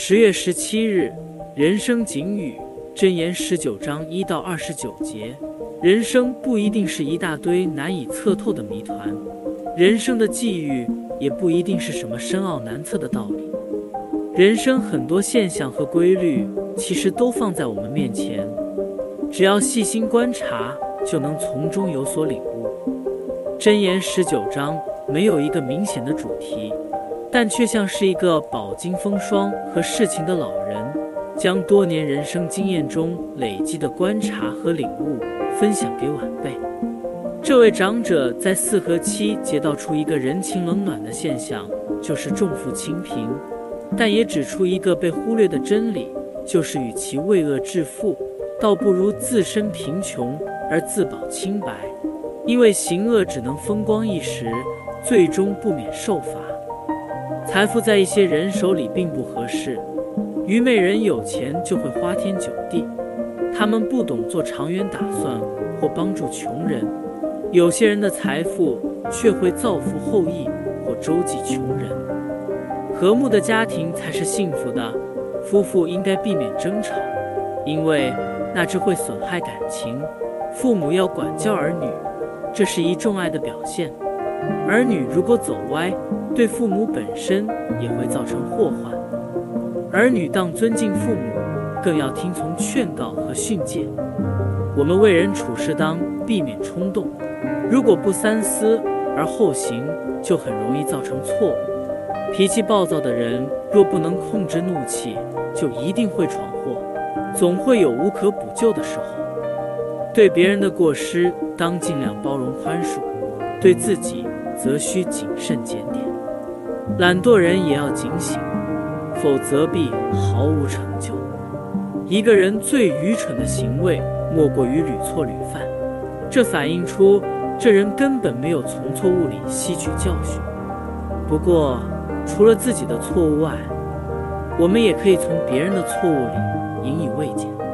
10月17日，人生警语，箴言19章1到29节。人生不一定是一大堆难以测透的谜团，人生的际遇也不一定是什么深奥难测的道理。人生很多现象和规律其实都放在我们面前，只要细心观察，就能从中有所领悟。箴言19章没有一个明显的主题，但却像是一个饱经风霜和事情的老人，将多年人生经验中累积的观察和领悟分享给晚辈。这位长者在4和7节道出一个人情冷暖的现象，就是重富轻贫，但也指出一个被忽略的真理，就是与其为恶致富，倒不如自身贫穷而自保清白，因为行恶只能风光一时，最终不免受罚。财富在一些人手里并不合适，愚昧人有钱就会花天酒地，他们不懂做长远打算或帮助穷人。有些人的财富却会造福后裔或周济穷人。和睦的家庭才是幸福的，夫妇应该避免争吵，因为那只会损害感情。父母要管教儿女，这是一众爱的表现。儿女如果走歪，对父母本身也会造成祸患。儿女当尊敬父母，更要听从劝告和训诫。我们为人处事当避免冲动，如果不三思而后行，就很容易造成错误。脾气暴躁的人若不能控制怒气，就一定会闯祸，总会有无可补救的时候。对别人的过失当尽量包容宽恕，对自己则需谨慎检点。懒惰人也要警醒，否则必毫无成就。一个人最愚蠢的行为莫过于屡错屡犯，这反映出这人根本没有从错误里吸取教训。不过除了自己的错误外，我们也可以从别人的错误里引以为戒。